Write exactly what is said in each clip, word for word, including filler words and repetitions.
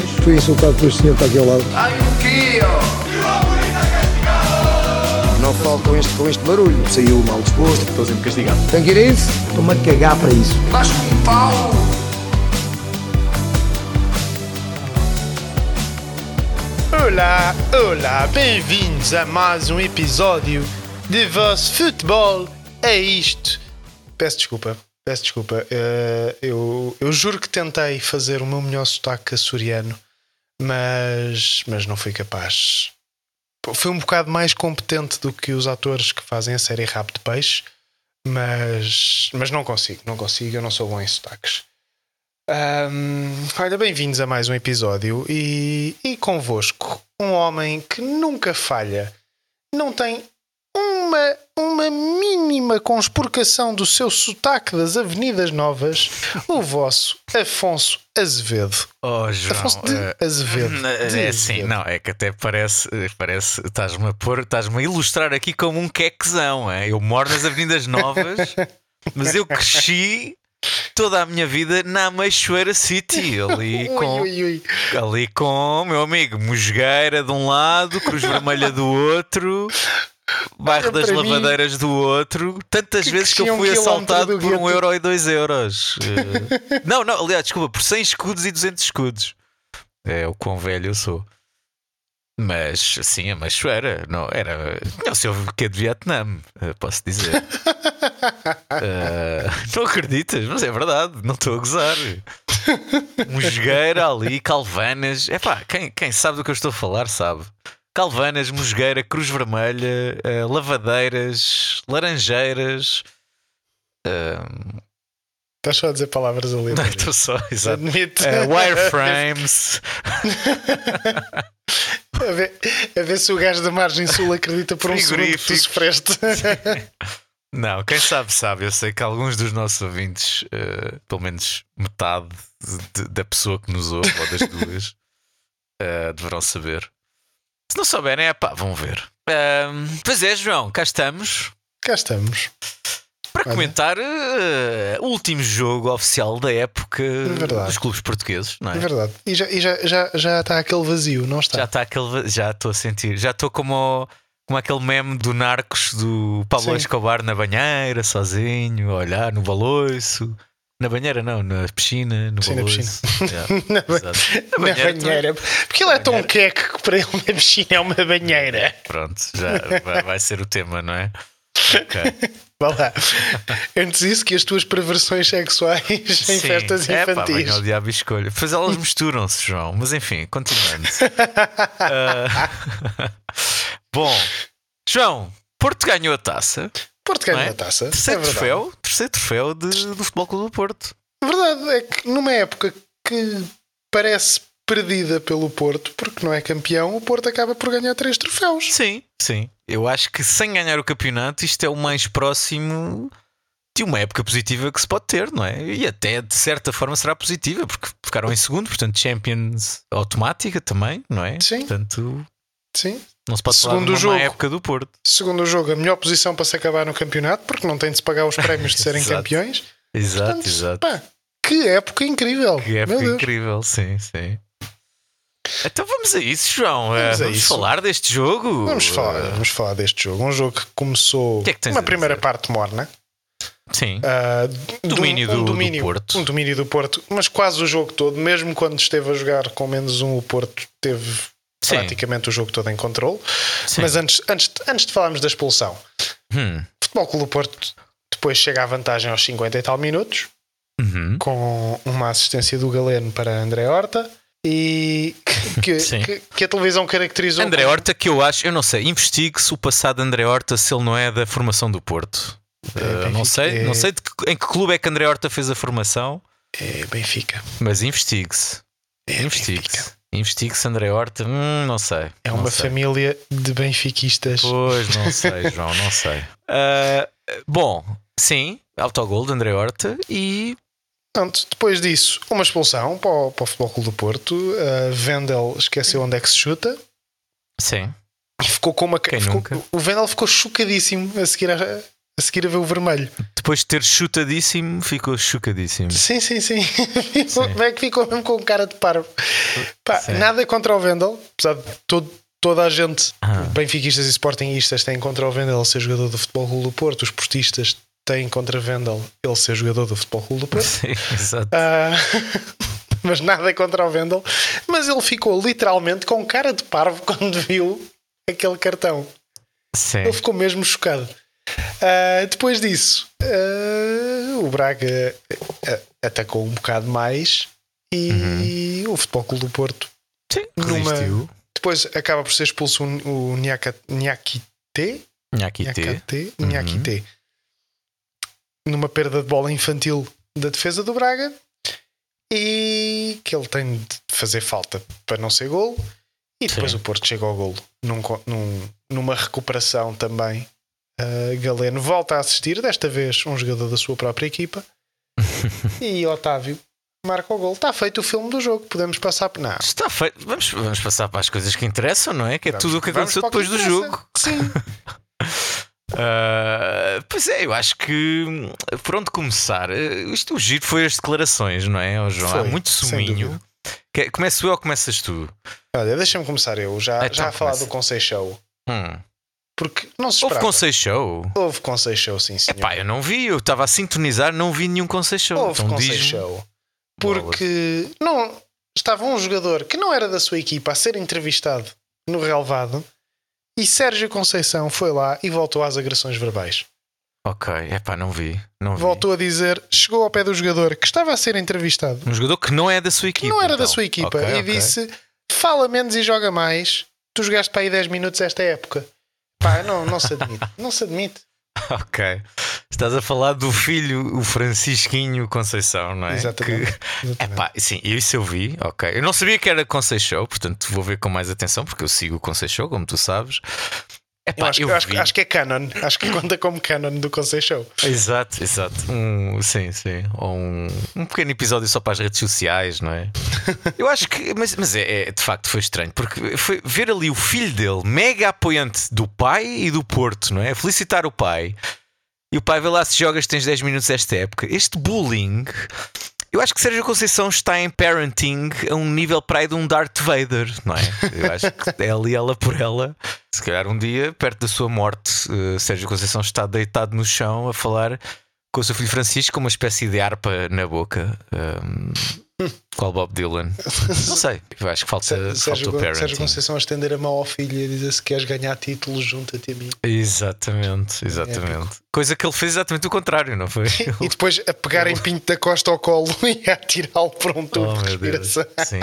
Fui insultado por este senhor que está aqui ao lado. Ai, o quê, ó? Não falo com este, com este barulho. Saiu mal disposto. Estou sempre castigado. Tem que ir a isso? Estou-me a cagar para isso. Mas com pau! Olá, olá, bem-vindos a mais um episódio de vosso futebol é isto. Peço desculpa, peço desculpa. Uh, eu, eu juro que tentei fazer o meu melhor sotaque açoriano, mas, mas não fui capaz. Fui um bocado mais competente do que os atores que fazem a série Rabo de Peixe, mas, mas não consigo, não consigo, eu não sou bom em sotaques. Um, olha, bem-vindos a mais um episódio e, e convosco um homem que nunca falha, não tem uma, uma mínima conspurcação do seu sotaque das Avenidas Novas, o vosso Afonso Azevedo. Oh, João, Afonso de uh, Azevedo. É De assim, Azevedo. não, é que até parece, parece estás-me a pôr, estás-me a ilustrar aqui como um quequezão, é? Eu moro nas Avenidas Novas, mas eu cresci toda a minha vida na Ameixoeira City, ali com, Ui, ui, ui. ali com, meu amigo, Mosgueira de um lado, Cruz Vermelha do outro, Bairro Olha, das para mim, Lavadeiras do outro. Tantas que vezes que eu crescia um fui quilómetro assaltado do por um gueto. euro e dois euros. Eh, não, não, aliás, desculpa, por cem escudos e duzentos escudos. É o quão velho eu sou. Mas sim, a Machoeira não era. Não sei o que é de Vietnã, eh, posso dizer. Eh, não acreditas, mas é verdade, não estou a gozar. Mosgueira ali, Calvanas. Epá, quem, quem sabe do que eu estou a falar sabe. Calvanas, Mosgueira, Cruz Vermelha, eh, Lavadeiras, Laranjeiras. eh, Estás só a dizer palavras Não, aleatórias. estou só, exato. Admito. Eh, wireframes. A ver, a ver se o gajo da margem sul acredita por um segundo que tu Frigorífico. sofreste. Não, quem sabe, sabe. Eu sei que alguns dos nossos ouvintes, eh, pelo menos metade de- da pessoa que nos ouve, ou das duas, eh, deverão saber. Se não souberem, é pá, vão ver. Ahm, pois é, João, cá estamos Cá estamos. para Olha. comentar eh, o último jogo oficial da época Verdade. dos clubes portugueses, não é? É verdade. E já, e já, já, já está aquele vazio, não está? Já está aquele. Já estou a sentir. Já estou como, como aquele meme do Narcos do Pablo Sim. Escobar na banheira, sozinho, a olhar no baloiço. Na banheira, não, na piscina, no Sim, na baloiço. Yeah, Na, ba- exato. na banheira banheira. Porque ele é tão queque que para ele na piscina é uma banheira. Pronto, já vai, vai ser o tema, não é? Ok. Vá lá. Antes disso, que as tuas perversões sexuais em Sim. festas É, pá, infantis. venha ao diabo e escolha. Pois elas misturam-se, João. Mas enfim, continuando. Ah, Bom, João, Porto ganhou a taça. Porto ganhou Não é? a taça. Terceiro é verdade. troféu, terceiro troféu de, do Futebol Clube do Porto. Verdade é que numa época que parece perdida pelo Porto, porque não é campeão, o Porto acaba por ganhar três troféus. Sim, sim. Eu acho que sem ganhar o campeonato, isto é o mais próximo de uma época positiva que se pode ter, não é? E até de certa forma será positiva, porque ficaram em segundo, portanto, Champions automática também, não é? Sim. Portanto, Sim. não se pode falar Segundo de uma o jogo. má época do Porto. Segundo o jogo, a melhor posição para se acabar no campeonato, porque não tem de se pagar os prémios de serem Exato. campeões. Exato, Portanto, exato. pá, que época incrível. Que época Meu Deus. incrível, sim, sim. Então vamos a isso, João. Vamos Eh, a Vamos isso. falar deste jogo. Vamos falar, vamos falar deste jogo. Um jogo que começou que é que tens uma a primeira dizer? parte morna. Sim. Ah, de Domínio um, um do- do domínio, Porto. Um domínio do Porto, mas quase o jogo todo, mesmo quando esteve a jogar com menos um, o Porto teve Sim. praticamente o jogo todo em controle. Sim. Mas antes, antes, antes de falarmos da expulsão, Hum. Futebol Clube do Porto depois chega à vantagem aos cinquenta e tal minutos, Uhum. com uma assistência do Galeno para André Horta e que, Sim. que, que a televisão caracterizou. André como- Horta, que eu acho, eu não sei, investigue-se o passado de André Horta se ele não é da formação do Porto. É, Uh, não Benfica, sei, é- não sei de que- em que clube é que André Horta fez a formação, É Benfica. mas investigue-se. É Investigue-se. Benfica. Investigue-se André Horta, hum, não sei. É não uma sei. família de benfiquistas. Pois, não sei, João, não sei. Uh, bom, sim, autogol de André Horta e. Pronto, depois disso, uma expulsão para o, para o Futebol Clube do Porto. Uh, Vendel esqueceu onde é que se chuta Sim. e ficou com uma. Quem ficou- nunca? o Vendel ficou chocadíssimo a seguir a, a seguir a ver o vermelho. Depois de ter chutadíssimo, ficou chocadíssimo. Sim, sim, sim. Como é que ficou mesmo com cara de parvo? Pá, nada contra o Vendel, apesar de todo, toda a gente, ah. benfiquistas e sportingistas, têm contra o Vendel ser jogador do Futebol Clube do Porto, os portistas têm contra Vendel ele ser jogador do Futebol Clube do Porto. Sim, exato. Ah, mas nada contra o Vendel. Mas ele ficou literalmente com cara de parvo quando viu aquele cartão. Sim. Ele ficou mesmo chocado. Uh, depois disso, uh, o Braga uh, atacou um bocado mais e uhum. o Futebol Clube do Porto, sim, numa... depois acaba por ser expulso o, o Niakate Niakite Niakite Niakite numa perda de bola infantil da defesa do Braga, e que ele tem de fazer falta para não ser golo, e depois sim. o Porto chega ao golo num, num, numa recuperação também. Uh, Galeno volta a assistir, desta vez um jogador da sua própria equipa, e Otávio marca o gol. Está feito o filme do jogo, podemos passar para... Não. Está feito, vamos, vamos passar para as coisas que interessam, não é? Que é vamos, tudo o que aconteceu depois do jogo. Sim. uh, pois é, eu acho que por onde começar, isto, o giro foi as declarações, não é, oh, João? Foi, há muito suminho. Que, começo eu ou começas tu? Olha, deixa-me começar eu, já, então, já a falar do Conceição. Hum. Porque não se esperava. Houve Conceição? Houve Conceição, sim, senhor. Epá, eu não vi, eu estava a sintonizar, não vi nenhum Conceição. Houve então, Conceição. Porque não, estava um jogador que não era da sua equipa a ser entrevistado no relevado, e Sérgio Conceição foi lá e voltou às agressões verbais. Ok, epá, não vi, não vi. Voltou a dizer, chegou ao pé do jogador que estava a ser entrevistado. Um jogador que não é da sua equipa. Não era então. da sua equipa. Okay, e okay. disse, fala menos e joga mais. Tu jogaste para aí dez minutos esta época. Pá, não, não se admite. Não se admite. Ok. Estás a falar do filho, o Francisquinho Conceição, não é? Exatamente. Que... Epá, sim, isso eu vi, ok. Eu não sabia que era Conceição, portanto vou ver com mais atenção, porque eu sigo o Conceição, como tu sabes. Epá, eu acho, eu eu acho, acho que é canon. Acho que conta como canon do Conceição. Exato, exato. Um, sim, sim. Ou um, um pequeno episódio só para as redes sociais, não é? Eu acho que. Mas, mas é, é, de facto foi estranho, porque foi ver ali o filho dele, mega apoiante do pai e do Porto, não é? Felicitar o pai. E o pai vê lá se jogas, tens dez minutos esta época. Este bullying. Eu acho que Sérgio Conceição está em parenting a um nível para aí de um Darth Vader, não é? Eu acho que é ali ela por ela. Se calhar um dia, perto da sua morte, uh, Sérgio Conceição está deitado no chão a falar com o seu filho Francisco com uma espécie de harpa na boca. Um, qual Bob Dylan? Não sei. Eu acho que falta, Sérgio, falta o parenting. Sérgio Conceição a estender a mão ao filho e a dizer: se queres ganhar títulos, junta-te a mim. Exatamente, exatamente. É coisa que ele fez exatamente o contrário, não foi? E depois a pegar em Pinto da Costa ao colo e a atirá-lo para um tubo oh, de respiração. Sim.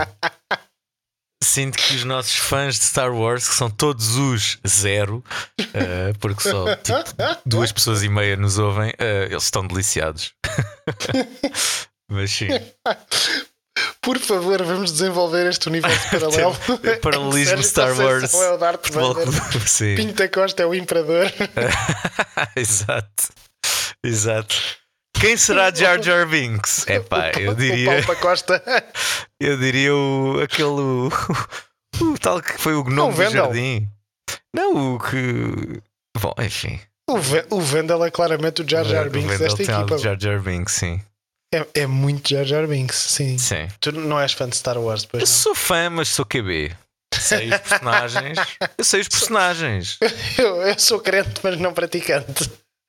Sinto que os nossos fãs de Star Wars, que são todos os zero, uh, porque só tipo, duas pessoas e meia nos ouvem, uh, eles estão deliciados. Mas sim. Por favor, vamos desenvolver este universo paralelo. Paralelismo Star Wars. É o Darth Vader. Pinto da Costa é o Imperador. Exato. Exato. Quem será Jar Jar Binks? É pá, eu diria. O Paulo Costa. Eu diria o, aquele. O, o tal que foi o gnome do jardim. Não, o que. Bom, enfim. O, Ve o Vendel é claramente o Jar Jar Binks desta equipa. O Jar Jar Binks, sim. É, é muito Jar Jar Binks, sim. Sim. Tu não és fã de Star Wars, depois eu não? Sou fã, mas sou Q B. Sei os personagens. Eu sei os personagens. Eu, eu sou crente, mas não praticante.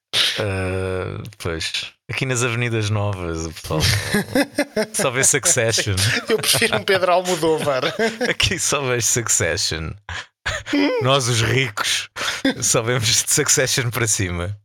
Uh, pois. Aqui nas Avenidas Novas, o pessoal só vê Succession. Eu prefiro um Pedro Almodóvar. Aqui só vejo Succession. Nós, os ricos, só vemos de Succession para cima.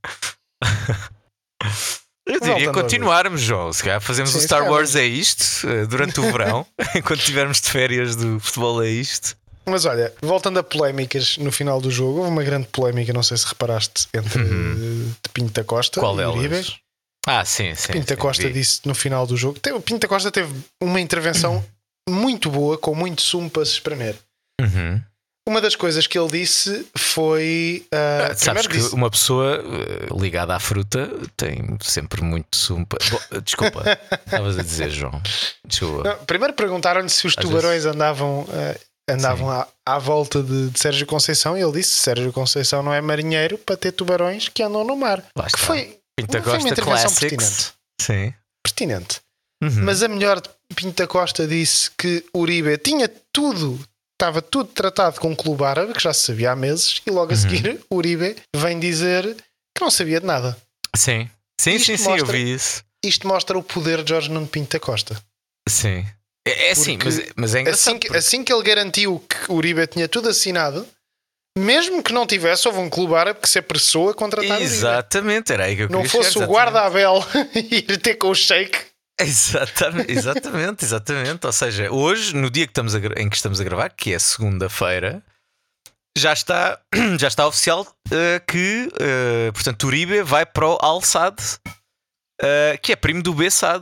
Eu diria continuarmos, João. Se calhar fazemos o Star Wars é isto durante o verão, enquanto estivermos de férias do futebol é isto. Mas olha, voltando a polémicas no final do jogo, houve uma grande polémica, não sei se reparaste, entre uhum. de Pinto da Costa Qual e Uribe. Delas? Ah, sim, sim. Pinto da Costa vi. disse no final do jogo. O Pinto da Costa teve uma intervenção muito boa, com muito sumo para se espremer. Uhum. Uma das coisas que ele disse foi. Uh, ah, sabes que disse... uma pessoa uh, ligada à fruta tem sempre muito sumo. Para... Bom, desculpa, estavas a dizer, João. Desculpa. Não, primeiro perguntaram-lhe se os Às tubarões vezes... andavam uh, andavam à, à volta de, de Sérgio Conceição e ele disse: Sérgio Conceição não é marinheiro para ter tubarões que andam no mar. Lá que está. foi, Pinta foi uma Costa intervenção Classics. pertinente. Sim. pertinente. Uhum. Mas a melhor, Pinta Costa disse que Uribe tinha tudo, estava tudo tratado com o clube árabe, que já se sabia há meses, e logo a Uhum. seguir Uribe vem dizer que não sabia de nada. Sim, sim, Isto sim, sim, mostra- eu vi isso. Isto mostra o poder de Jorge Nuno Pinto da Costa. Sim. É, é sim, Porque mas, mas é engraçado. Assim que, assim que ele garantiu que Uribe tinha tudo assinado, mesmo que não tivesse, houve um clube árabe que se apressou a contratar Uribe. Exatamente, era aí que eu Não queria fosse chegar, o guarda-abel ir ter com o Sheik. Exatamente, exatamente, exatamente. Ou seja, hoje, no dia que estamos a gra- em que estamos a gravar, que é segunda-feira, já está, já está oficial uh, que, uh, portanto, Uribe vai para o Al-Sadd, uh, que é primo do B-Sad.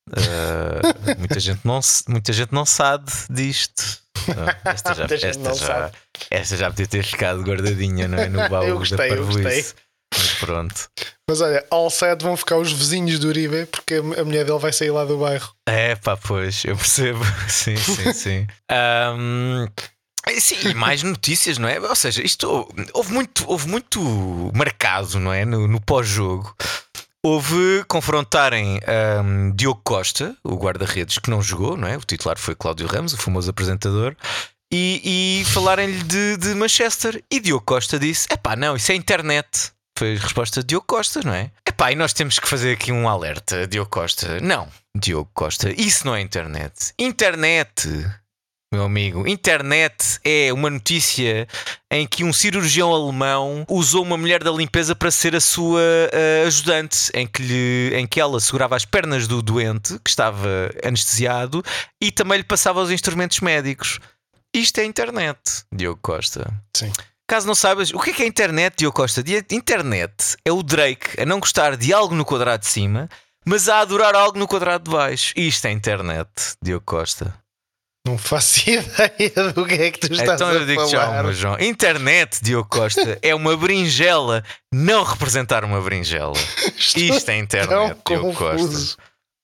Uh, muita, gente não, se- muita gente não sabe disto. Uh, esta, já, Muita gente esta, não já, sabe. esta já podia ter ficado guardadinha, não é? No baú Eu gostei, da eu gostei. parvoíce. Mas pronto. Mas olha, ao sede vão ficar os vizinhos do Uribe, porque a a mulher dele vai sair lá do bairro. É pá, pois, eu percebo. Sim, sim, sim. Ahm, é, sim, e mais notícias, não é? Ou seja, isto houve muito, houve muito marcado, não é? No, no pós-jogo. Houve confrontarem ahm, Diogo Costa, o guarda-redes, que não jogou, não é? O titular foi Cláudio Ramos, o famoso apresentador. E, e falarem-lhe de, de Manchester. E Diogo Costa disse: epá, não, isso é internet. Foi a resposta de Diogo Costa, não é? Epá, e nós temos que fazer aqui um alerta, Diogo Costa. Não, Diogo Costa, isso não é internet. Internet, meu amigo, internet é uma notícia em que um cirurgião alemão usou uma mulher da limpeza para ser a sua uh, ajudante, em que, lhe, em que ela segurava as pernas do doente, que estava anestesiado, e também lhe passava os instrumentos médicos. Isto é internet, Diogo Costa. Sim. Caso não saibas, o que é que é internet, Diogo Costa? Di- Internet é o Drake a não gostar de algo no quadrado de cima, mas a adorar algo no quadrado de baixo. Isto é internet, Diogo Costa. Não faço ideia do que é que tu estás Então a eu digo já, falar. uma, João. Internet, Diogo Costa, é uma berinjela não representar uma berinjela. Isto é internet, Tão Diogo Costa. confuso.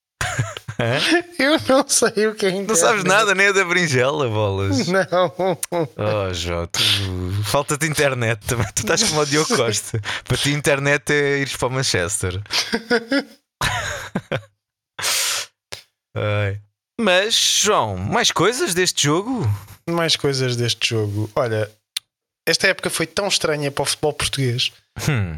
Eu não sei o que é internet. Não sabes nada nem da berinjela, bolas. Não. Oh, João, tu... falta-te internet também. Tu estás como o Diogo Costa. Para ti, internet é ires para o Manchester. Ai. Mas, João, mais coisas deste jogo? Mais coisas deste jogo. Olha, esta época foi tão estranha para o futebol português Hum.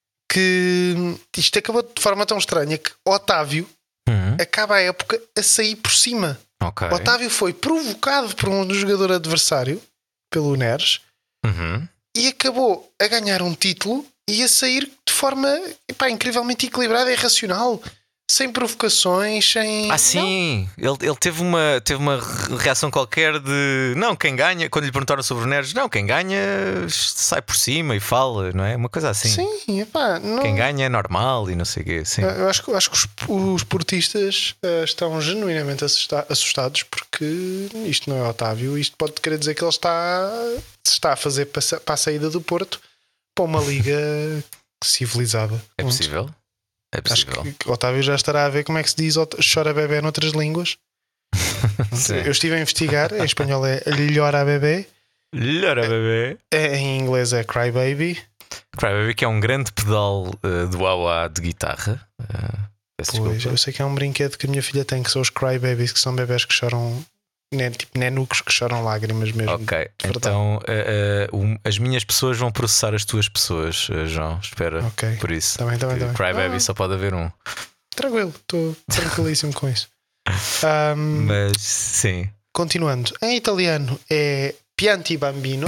que isto acabou de forma tão estranha que Otávio Hum. acaba a época a sair por cima. Ok. Otávio foi provocado por um jogador adversário, pelo Neres, Uhum. e acabou a ganhar um título e a sair de forma epá, incrivelmente equilibrada e racional, sem provocações, sem. Ah, sim, ele, ele teve, uma, teve uma reação qualquer de não, quem ganha, quando lhe perguntaram sobre o Neres, não, quem ganha sai por cima e fala, não é? Uma coisa assim. Sim, epá, não. Quem ganha é normal e não sei o quê. Sim. Eu acho, que- eu acho que os, os portistas eh, estão genuinamente assusta- assustados porque isto não é Otávio. Isto pode querer dizer que ele está, se está a fazer para, sa- para a saída do Porto para uma liga civilizada. É possível. É Acho possível. que Otávio já estará a ver como é que se diz ot- chora bebê noutras línguas. Sim. Eu estive a investigar. Em espanhol é llora bebê, Lhora, bebê. é- em inglês é cry baby. Crybaby, que é um grande pedal uh, do wah de guitarra. Uh, peço Pois, desculpa. eu sei que é um brinquedo que a minha filha tem, que são os cry babies, que são bebés que choram, né, tipo nenucos que choram lágrimas mesmo. Ok, de verdade. então uh, uh, um- as minhas pessoas vão processar as tuas pessoas, uh, João. Espera Ok. por isso. Também, também, Que também. Crybaby Ah, só pode haver um. Tranquilo, estou tranquilíssimo com isso. Ahm, Mas sim. continuando, em italiano é Pianti Bambino.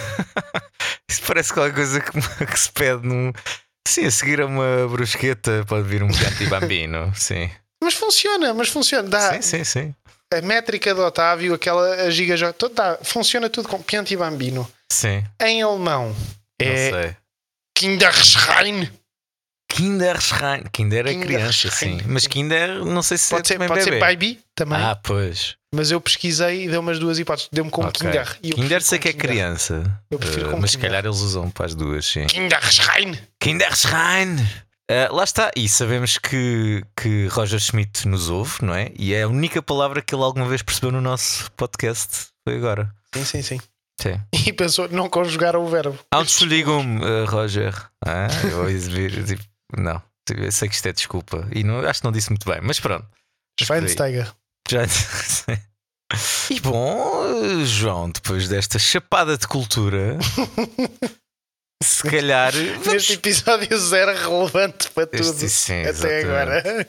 Isso parece qualquer coisa que, que se pede num. Sim, a seguir a uma brusqueta pode vir um pianti bambino. Sim. Mas funciona, mas funciona. Dá Sim, sim, sim. a métrica do Otávio, aquela a giga, já- tudo dá, funciona tudo com Pianti Bambino. Sim. Em alemão Não é sei. Kinderschrein. Kinderschrein. Kinder é criança, Kinderschrein. sim. Mas Kinder, não sei se Pode é ser, também pode ser bebê. baby também. Ah, pois. Mas eu pesquisei e deu umas duas hipóteses. Deu-me com Ok. Kinder. E eu Kinder prefiro sei com que é Kinder. criança. Eu prefiro Uh, com mas se Kinder. calhar eles usam para as duas, sim. Kinderschrein. Kinderschrein. Uh, lá está, e sabemos que, que Roger Schmidt nos ouve, não é? E é a única palavra que ele alguma vez percebeu no nosso podcast. Foi agora. Sim, sim, sim. Sim. E pensou, não conjugaram o verbo. Entschuldigung, uh, Roger. Ah, eu ouvi dizer, tipo, não, eu sei que isto é desculpa. E não, acho que não disse muito bem, mas pronto. Schweinsteiger. Já... E bom, João, depois desta chapada de cultura, se calhar. Vamos... Neste episódio zero relevante para tudo. Este, sim, até exatamente. agora.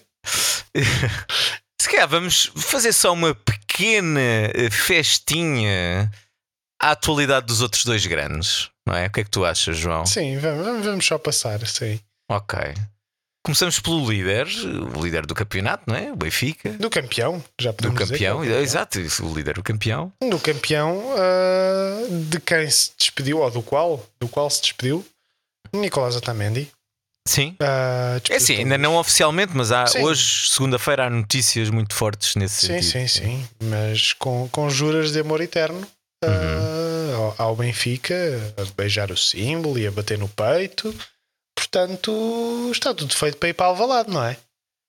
Se calhar vamos fazer só uma pequena festinha à atualidade dos outros dois grandes, não é? O que é que tu achas, João? Sim, vamos, vamos só passar, sim. Ok. Começamos pelo líder, o líder do campeonato, não é? O Benfica. Do campeão, já Do podemos campeão, dizer. Que é o exato, isso, o líder do campeão. campeão. Do campeão, ah, de quem se despediu, ou do qual, do qual se despediu, Nicolás Otamendi. Sim. Ah, É despediu-se assim, ainda todos. não oficialmente, mas há, Sim. hoje, segunda-feira, há notícias muito fortes nesse Sim, sentido. sim, sim. Mas com, com juras de amor eterno ah, Uhum. ao, ao Benfica, a beijar o símbolo e a bater no peito. Portanto, está tudo feito para ir para Alvalade, não é?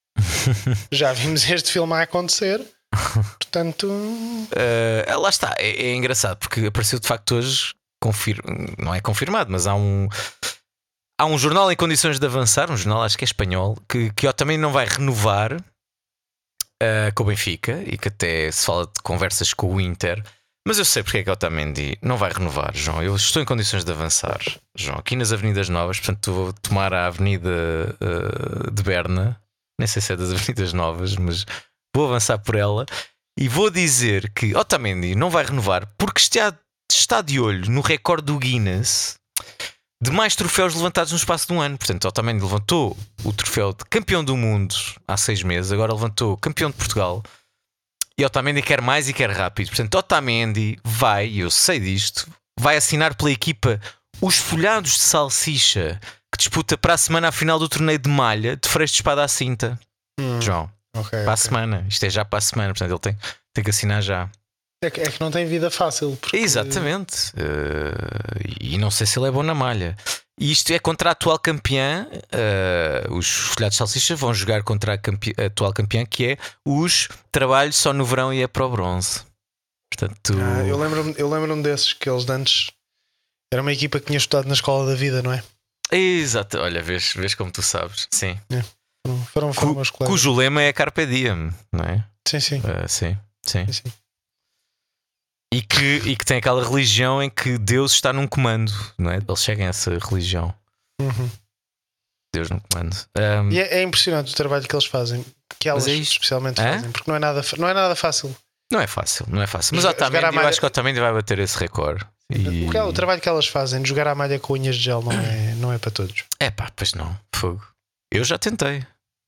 Já vimos este filme a acontecer. Portanto, Uh, lá está, é, é engraçado porque apareceu de facto hoje, confir... não é confirmado, mas há um há um jornal em condições de avançar, um jornal acho que é espanhol, que, que também não vai renovar uh, com o Benfica e que até se fala de conversas com o Inter. Mas eu sei porque é que o Otamendi não vai renovar, João. Eu estou em condições de avançar, João, aqui nas Avenidas Novas. Portanto, vou tomar a Avenida uh, de Berna. Nem sei se é das Avenidas Novas, mas vou avançar por ela e vou dizer que Otamendi não vai renovar porque está, está de olho no recorde do Guinness de mais troféus levantados no espaço de um ano. Portanto, Otamendi levantou o troféu de campeão do mundo há seis meses, agora levantou campeão de Portugal. E Otamendi quer mais e quer rápido. Portanto, Otamendi vai, e eu sei disto, vai assinar pela equipa os Folhados de Salsicha, que disputa para a semana a final do torneio de malha de Freixo de Espada à Cinta. hum, João, okay, para a ok. semana. Isto é já para a semana, portanto ele tem, tem que assinar já. É que, é que não tem vida fácil. Porque... Exatamente. Uh, e não sei se ele é bom na malha. E isto é contra a atual campeã. Uh, os Folhados de Salsicha vão jogar contra a, campe... a atual campeã, que é os Trabalhos só no verão e é para o bronze. Portanto, Ah, eu lembro-me eu lembro-me desses, que eles de antes era uma equipa que tinha estudado na escola da vida, não é? exato. Olha, vês, vês como tu sabes. Sim. Foram, foram, foram Cu, meus colegas. cujo lema é Carpe Diem, não é? Sim, sim. Uh, sim, sim. sim, sim. E que, e que tem aquela religião em que Deus está num comando, não é? Eles seguem essa religião. Uhum. Deus no comando. Um, E é, é impressionante o trabalho que eles fazem, que elas Mas é isto. especialmente Hã? fazem, porque não é nada, fa- não é nada fácil. Não é fácil, não é fácil. Mas Jogar- Otamendi, jogar à eu malha- acho que o Otamendi vai bater esse recorde. E... O, que é- o trabalho que elas fazem de jogar à malha com unhas de gel não é, não é para todos. É pá, pois não, fogo. Eu já tentei.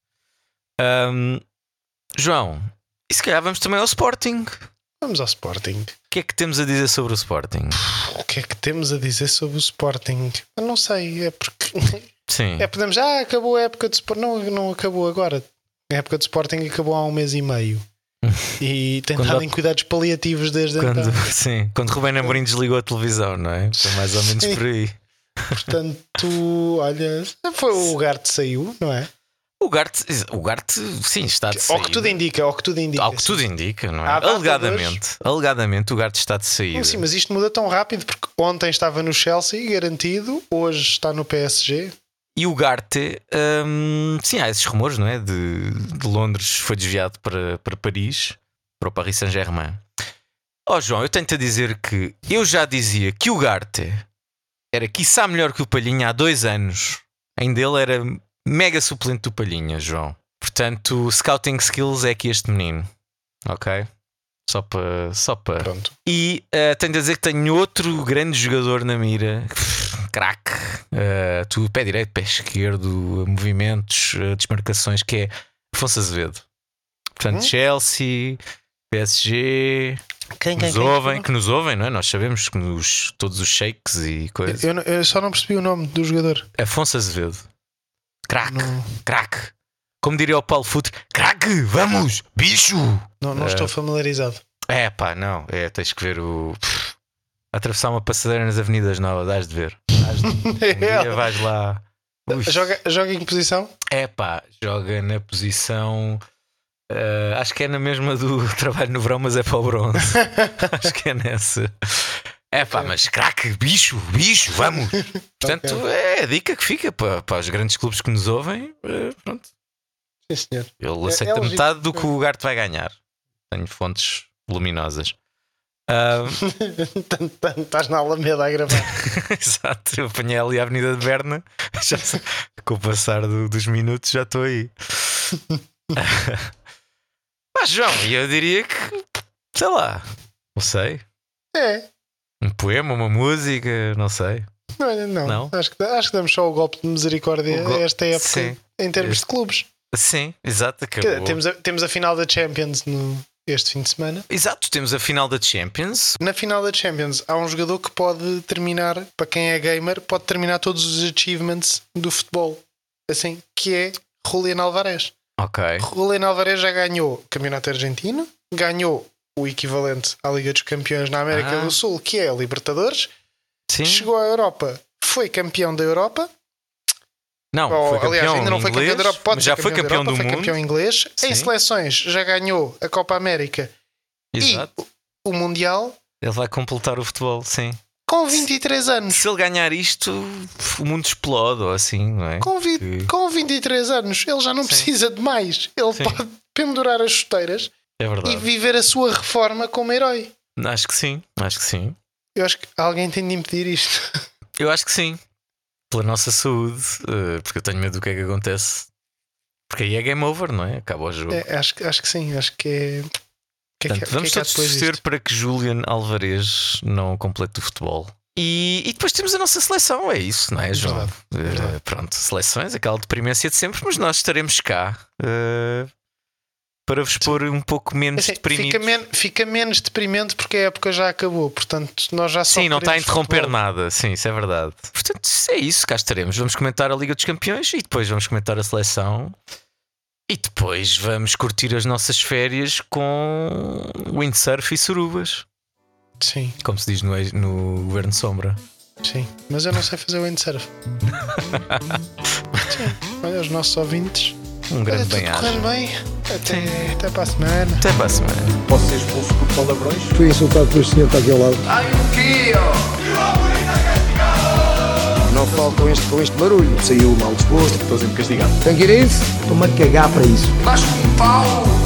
Um, João, e se calhar vamos também ao Sporting. O Vamos ao Sporting. que é que temos a dizer sobre o Sporting? O que é que temos a dizer sobre o Sporting? Eu não sei, é porque Sim. é, podemos, ah, acabou a época de Sporting. Não, não acabou agora. A época de Sporting acabou há um mês e meio. E tem Quando- estado em cuidados paliativos desde Quando, então. sim, quando Rubén Amorim desligou a televisão, não é? Foi mais ou menos Sim. por aí. Portanto, olha, foi o Garte que saiu, não é? O Garte, o Garte sim, está de Ao saída. que tudo indica, ao que tudo indica. Ao que sim. tudo indica, não é? À data Alegadamente, alegadamente o Garte está de saída. Não, sim, mas isto muda tão rápido porque ontem estava no Chelsea, garantido, hoje está no P S G. E o Garte, hum, sim, há esses rumores, não é? De, de Londres foi desviado para, para Paris, para o Paris Saint-Germain. Ó João, eu tenho-te a dizer que eu já dizia que o Garte era quiçá melhor que o Palhinha há dois anos. Ainda ele era mega suplente do Palhinha, João. Portanto, scouting skills é aqui este menino, ok? Só para. Só para. Pronto. E uh, tenho de dizer que tenho outro grande jogador na mira, craque, uh, tudo pé direito, pé esquerdo, movimentos, uh, desmarcações, que é Afonso Azevedo. Portanto, Hum? Chelsea, P S G, Quem, que nos ouvem, que nos ouvem, não é? Nós sabemos que nos, todos os shakes e coisas. Eu, não- eu só não percebi o nome do jogador. Afonso Azevedo, craque, Não, craque. Como diria o Paulo Futre, craque, vamos, bicho. não, não Eh, estou familiarizado. É pá, não, é, tens que ver o. Pff, atravessar uma passadeira nas Avenidas Novas, has de ver. Has de... Um dia vais lá. Ui. Joga, joga em que posição? É pá, joga na posição Uh, acho que é na mesma do trabalho no verão, mas é para o bronze. Acho que é nessa. É pá, mas craque, bicho, bicho, vamos. Portanto, okay. É a dica que fica para, para os grandes clubes que nos ouvem. Uh, pronto. Sim, senhor. Ele aceita é, é metade do que o Ugarte vai ganhar. Tenho fontes luminosas. Estás na Alameda a gravar. Exato, eu apanhei ali a Avenida de Berna. Já, com o passar do, dos minutos já estou aí. Mas João, eu diria que, sei lá, não sei. É. Um poema, uma música, não sei. Não, não. não. Acho, que, acho que damos só o golpe de misericórdia go... esta época. Sim. Em termos este... de clubes. Sim, exato. Acabou. Temos, a, temos a final da Champions no, este fim de semana. Exato, temos a final da Champions. Na final da Champions há um jogador que pode terminar, para quem é gamer, pode terminar todos os achievements do futebol. Assim, que é Julián Álvarez. Ok. Julián Álvarez já ganhou o Campeonato Argentino, ganhou o equivalente à Liga dos Campeões na América ah. do Sul, que é a Libertadores. Sim. Chegou à Europa, foi campeão da Europa. Não, Ou, foi aliás, ainda não foi inglês, campeão da Europa, pode já ser foi campeão Europa, do foi mundo. campeão inglês. Sim. Em seleções já ganhou a Copa América. Exato. E o Mundial. Ele vai completar o futebol, sim. Com vinte e três anos. Se ele ganhar isto, o mundo explode ou assim, não é? Com, vi- que... com vinte e três anos, ele já não sim. precisa de mais. Ele sim. pode pendurar as chuteiras é verdade. E viver a sua reforma como herói. Acho que sim, acho que sim. Eu acho que alguém tem de impedir isto. Eu acho que sim. Pela nossa saúde, porque eu tenho medo do que é que acontece. Porque aí é game over, não é? Acaba o jogo. É, acho, acho que sim, acho que é. Que Portanto, é que, vamos que é todos torcer para que Julián Álvarez não complete o futebol. E, e depois temos a nossa seleção, é isso, não é, João? Verdade, verdade. Uh, pronto, seleções, aquela deprimência de sempre, mas nós estaremos cá uh, para vos pôr um pouco menos assim, deprimidos. Fica, men- fica menos deprimente porque a época já acabou, portanto, nós já só sim, não está a interromper futebol. nada, sim, isso é verdade. Portanto, é isso, cá estaremos. Vamos comentar a Liga dos Campeões e depois vamos comentar a seleção. E depois vamos curtir as nossas férias com windsurf e surubas. Sim. Como se diz no, no Governo Sombra. Sim, mas eu não sei fazer windsurf. Sim, olha, os nossos ouvintes. Um grande bem-aja. Correndo bem. Até, até para a semana. Até para a semana. Posso ser expulso por palavrões? Fui insultado pelo senhor que está aqui ao lado. Ai, o quê, ó? Não falo com este, com este barulho. Saiu mal disposto. Estou sempre castigado. Tem que ir a isso? Estou-me a cagar para isso. Mas com pau!